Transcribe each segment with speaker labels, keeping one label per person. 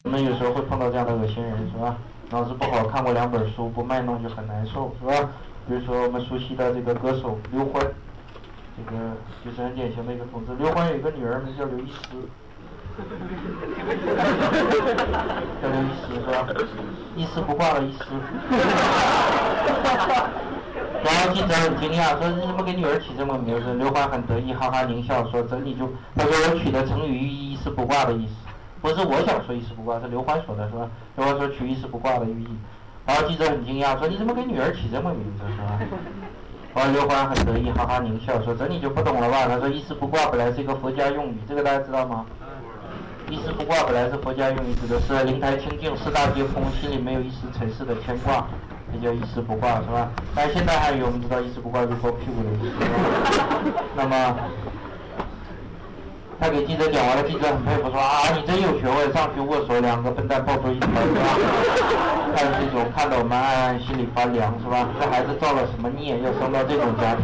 Speaker 1: 我们有时候会碰到这样的恶心人，是吧？脑子不好，看过2本书，不卖弄就很难受，是吧？比如说我们熟悉的这个歌手刘欢，这个就是很典型的一个同志。刘欢有一个女儿名叫刘易斯，叫刘易斯是吧？一丝不挂的一丝。然后记者很惊讶，说你怎么给女儿起这么名字？刘欢很得意，哈哈狞笑说：“这你就他说我取的成语寓意一丝不挂的意思。”不是我想说一丝不挂，是刘欢说的，是吧？刘欢说取一丝不挂的寓意，然后记者很惊讶，说你怎么给女儿起这么名字，是吧？然后刘欢很得意，哈哈狞笑说这你就不懂了吧？他说一丝不挂本来是一个佛家用语，这个大家知道吗？一丝不挂本来是佛家用语，指的是灵台清净、四大皆空，心里没有一丝尘世的牵挂，这叫一丝不挂，是吧？但是现在还有我们知道一丝不挂就脱屁股的意思，是吧？那么他给记者讲完了，记者很佩服，说啊，你真有学问，上去握手，2个笨蛋抱出一条，是吧？看这种看得我们暗暗心里发凉，是吧？这孩子造了什么孽，要生到这种家庭？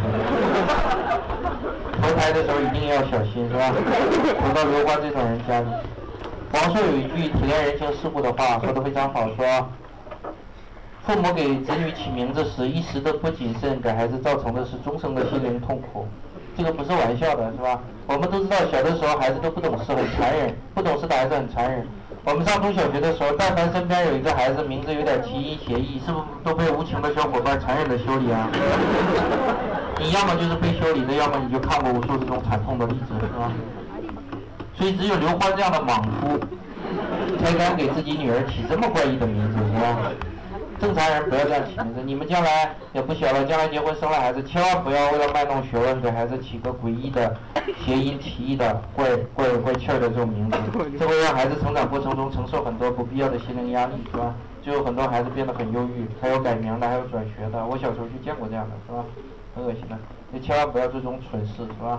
Speaker 1: 投胎的时候一定要小心，是吧？投到刘欢这种人家里。王朔有一句体谅人情世故的话，说得非常好，说父母给子女起名字时一时的不谨慎，给孩子造成的是终生的心灵痛苦。这个不是玩笑的，是吧？我们都知道，小的时候孩子都不懂事，很残忍，不懂事的孩子很残忍。我们上中小学的时候，但凡身边有一个孩子名字有点奇音谐义，是不是都被无情的小伙伴残忍的修理啊？你要么就是被修理的，要么你就看过无数这种惨痛的例子，是吧？所以只有刘欢这样的莽夫，才敢给自己女儿起这么怪异的名字，是吧？正常人不要这样起名字，你们将来也不小了，将来结婚生了孩子，千万不要为了卖弄学问给孩子起个诡异的、谐音奇异的、怪气儿的这种名字，这会让孩子成长过程中承受很多不必要的心灵压力，是吧？就有很多孩子变得很忧郁，还有改名的，还有转学的，我小时候就见过这样的，是吧？很恶心的，你千万不要做这种蠢事，是吧？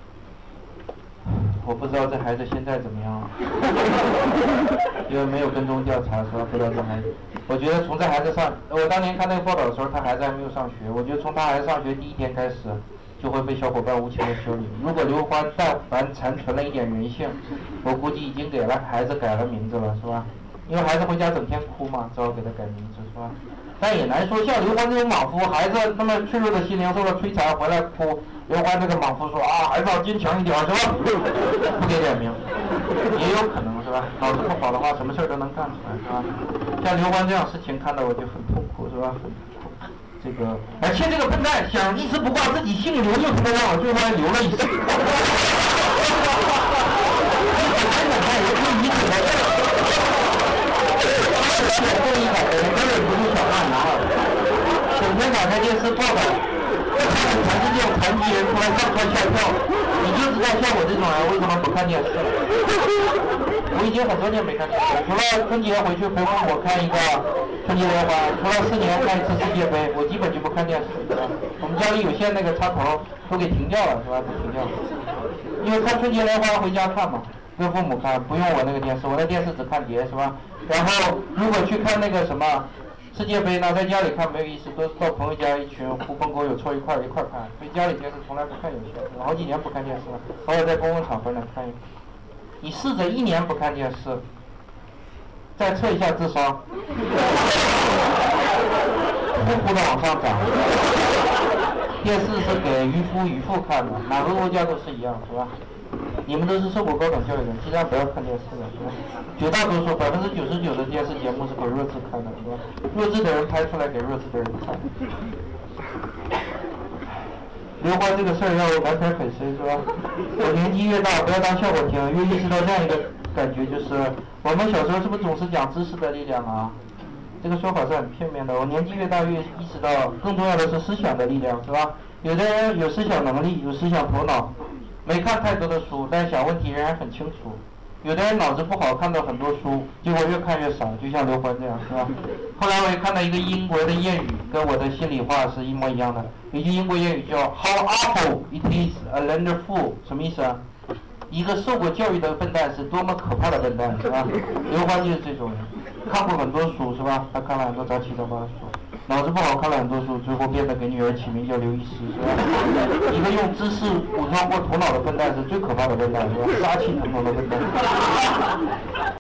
Speaker 1: 我不知道这孩子现在怎么样了，因为没有跟踪调查，是吧？不知道这孩子。我觉得从这孩子上，我当年看那个报道的时候，他孩子还没有上学。我觉得从他孩子上学第一天开始，就会被小伙伴无情的修理。如果刘欢但凡残存了一点人性，我估计已经给了孩子改了名字了，是吧？因为孩子回家整天哭嘛，只好给他改名字，是吧？但也难说，像刘欢这种莽夫，孩子那么脆弱的心灵受了摧残回来哭，刘欢这个莽夫说啊，孩子要坚强一点，是吧？不给点名，也有可能，是吧？脑子不好的话，什么事儿都能干出来，是吧？像刘欢这样事情看到我就很痛苦，是吧？很痛苦。这个，而且这个笨蛋想一丝不挂自己姓刘，就他妈让我最后还留了一丝。正义感的人根本不是小看男儿，整天打开电视报道，看全是这种残疾人出来上蹿下跳，你就知道像我这种人为什么不看电视了。我已经很多年没看电视，除了春节回去陪父母看一个春节联欢，除了4年看一次世界杯，我基本就不看电视。我们家里有线那个插头都给停掉了，是吧？都停掉了，因为看春节联欢回家看嘛。跟父母看，不用我那个电视，我那电视只看碟，是吧？然后如果去看那个什么世界杯呢，在家里看没有意思，都到朋友家一群狐朋狗友凑一块看，所以家里电视从来不看有线，我好几年不看电视了，偶尔在公共场合能看一看。你试着1年不看电视，再测一下智商，呼呼的往上涨。电视是给渔夫渔妇看的，哪个国家都是一样，是吧？你们都是受过高等教育的，尽量不要看电视了，是吧？绝大多数99%的电视节目是给弱智看的，是吧？弱智的人拍出来给弱智的人看。刘欢这个事儿让我感慨很深，是吧？我年纪越大，不要当笑话听，越意识到这样一个感觉，就是我们小时候是不是总是讲知识的力量啊？这个说法是很片面的。我年纪越大，越意识到，更重要的是思想的力量，是吧？有的人有思想能力，有思想头脑。没看太多的书，但想问题仍然很清楚。有的人脑子不好，看到很多书，结果越看越傻，就像刘欢这样，是吧？后来我也看到一个英国的谚语，跟我的心里话是一模一样的。有句英国谚语叫 "How awful it is a learned fool"， 什么意思啊？一个受过教育的笨蛋是多么可怕的笨蛋，是吧？刘欢就是这种人，看过很多书，是吧？他看了很多杂七杂八的书。脑子不好，看了很多书，最后变得给女儿起名叫刘易斯，是吧？一个用知识武装过头脑的笨蛋是最可怕的笨蛋，是吧？杀气腾腾的笨蛋。